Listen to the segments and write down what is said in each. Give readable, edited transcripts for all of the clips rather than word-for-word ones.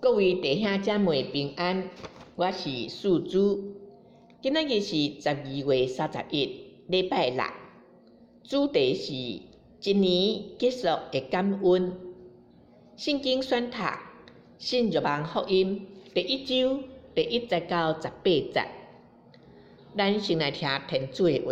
各位弟兄姐妹平安，我是素珠。今仔日是12月31，礼拜六。主题是一年结束的感恩。圣经选读《信若望福音》第1章第1节到18节。咱先来听天主的话。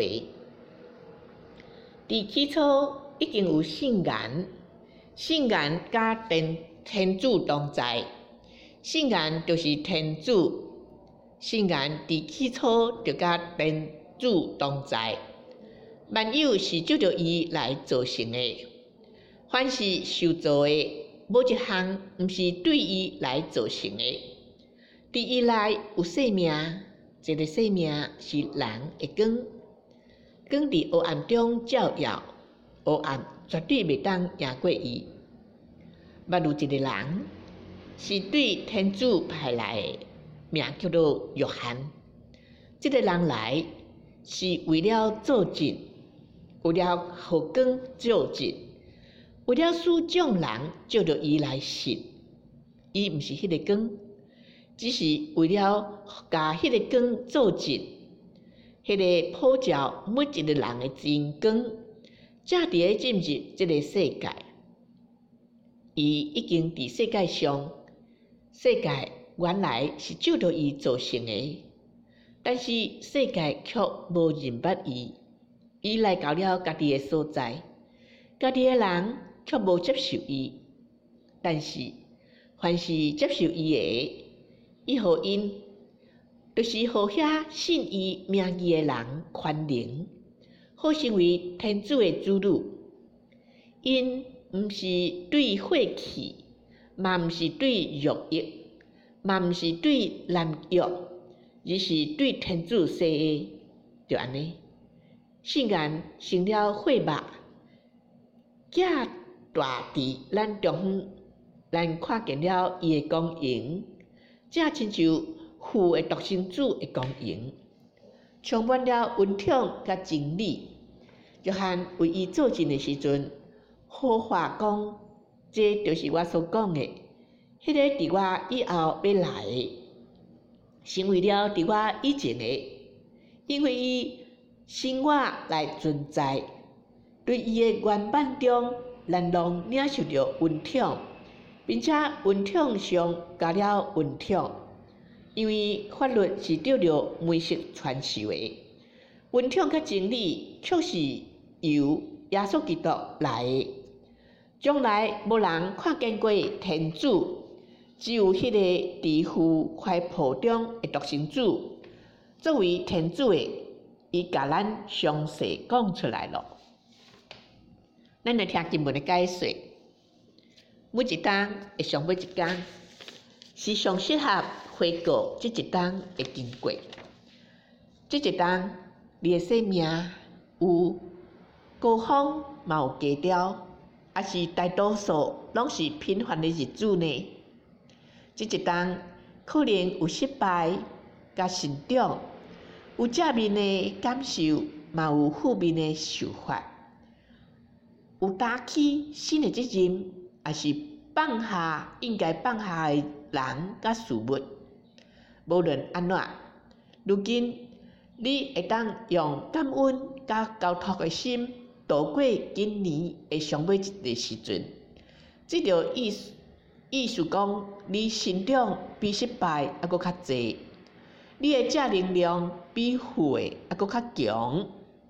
伫起初已经有圣言，圣言甲天主同在。圣言就是天主，圣言伫起初就甲天主同在。万有是照着伊来造成的，凡是受造的，无一项毋是对伊来造成的。伫伊内有生命，这个生命是人的光，光伫黑暗中照耀，黑暗绝对袂当赢过伊。捌有一个人，是对天主派来的，名叫做约翰。这个人来是为了做证，为了互光照证，为了使众人照着伊来信。伊毋是迄个光，只是为了甲迄个光照证，迄个普照每一个人的真光，才伫咧进入这个世界。伊已经伫世界上，世界原来是照着伊造成的，但是世界却无认捌伊。伊来到了家己的所在，家己的人却无接受伊。但是凡是接受伊的，伊互因，就是互遐信伊名义的人宽容，好成为天主的子女。因毋是对火气，嘛毋是对肉欲，嘛毋是对男欲，而是对天主说的，就安尼。圣言成了血肉，架大伫咱中央，咱看见了伊的光荣，才亲像父的独生子的光荣，充满了温宠甲真理。约翰为伊做证的时阵，呼喊讲：这就是我所讲的，迄个伫我以后要来的，成为了伫我以前的，因为伊生我来存在。对伊的原版中，咱拢领受着温宠，并且温宠上加了温宠，因为法律是照着梅瑟传授的，温宠甲真理却是由耶稣基督来的。将来无人看见过天主，只有迄个伫父怀抱中的独生子，作为天主的，伊甲咱详细讲出来了。咱来听经文的解说。每一天会上每一天，是上适合回顾这一天的经过。这一天，你的生命有高峰，嘛有低调。还是大多数拢是平凡的日子呢？这一天可能有失败甲成长，有正面的感受，嘛有负面的受法，有担起新的责任，还是放下应该放下的人甲事物。无论安怎，如今你会当用感恩甲交托的心度过今年的上尾一个时阵，这就意思讲，你成长比失败还佫较济，你的正能量比负的还佫较强。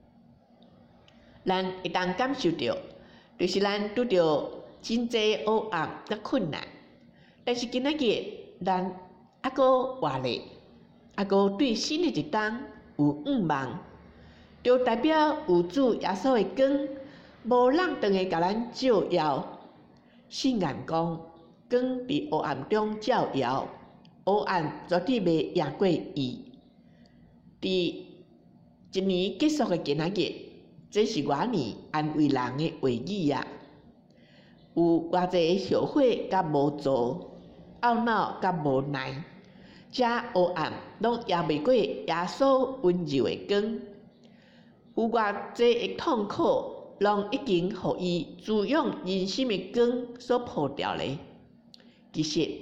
咱会当感受到，就是咱拄着真济黑暗甲困难，但是今仔日咱还佫活咧，还佫对新的一天有盼望。就代表有主耶稣的光，无人断的甲咱照耀。圣言讲，光伫黑暗中照耀，黑暗绝对袂赢过伊。伫一年结束的今仔日，这是偌年安慰人的话语啊！有偌济后悔甲无助，懊恼甲无奈，这黑暗拢赢袂过耶稣温柔的光。有偌济的痛苦，拢已经互伊滋养人心的光所破掉咧。其实，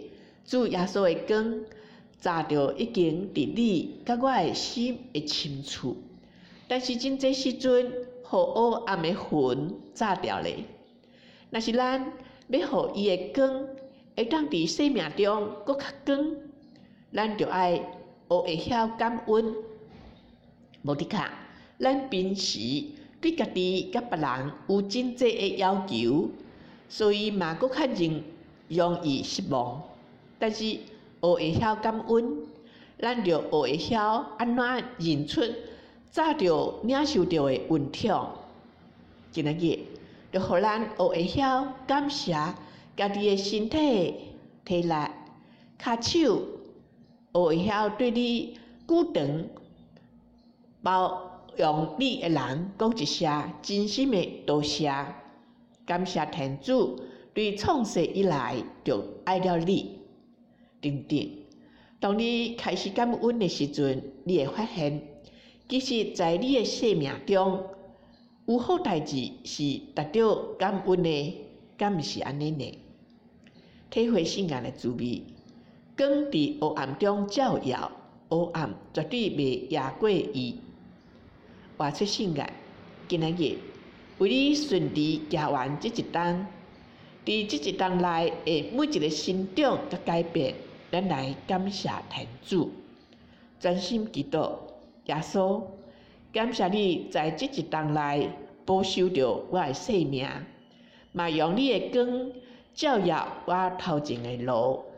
主耶稣的光照着已经伫你甲我的心的深处，但是真济时阵，互黑暗的魂炸掉咧。若是咱要互伊的光会当伫生命中搁较光，咱就爱学会晓感恩。无的确，咱平时对家己甲别人有真济的要求，所以嘛搁较容易失望。但是学会晓感恩，咱就学会晓安怎认出早着领受到的恩宠。今仔日就互咱学会晓感谢家己的身体、体力、骹手，学会晓对你久长包容你的人讲一声真心的多谢，感谢天主对创世以来就爱了你。等等，当你开始感恩的时阵，你会发现，其实在你的生命中，有好代志是值得感恩的，敢毋是安尼呢？体会圣言的滋味，光伫黑暗中照耀，黑暗绝对袂压过伊。活出圣言，今仔日为你顺利行完这一冬，伫这一冬内的每一个成长甲改变，咱来感谢天主，专心祈祷。耶稣，感谢你在这一冬内保守着我的生命，嘛用你的光照耀我头前的路。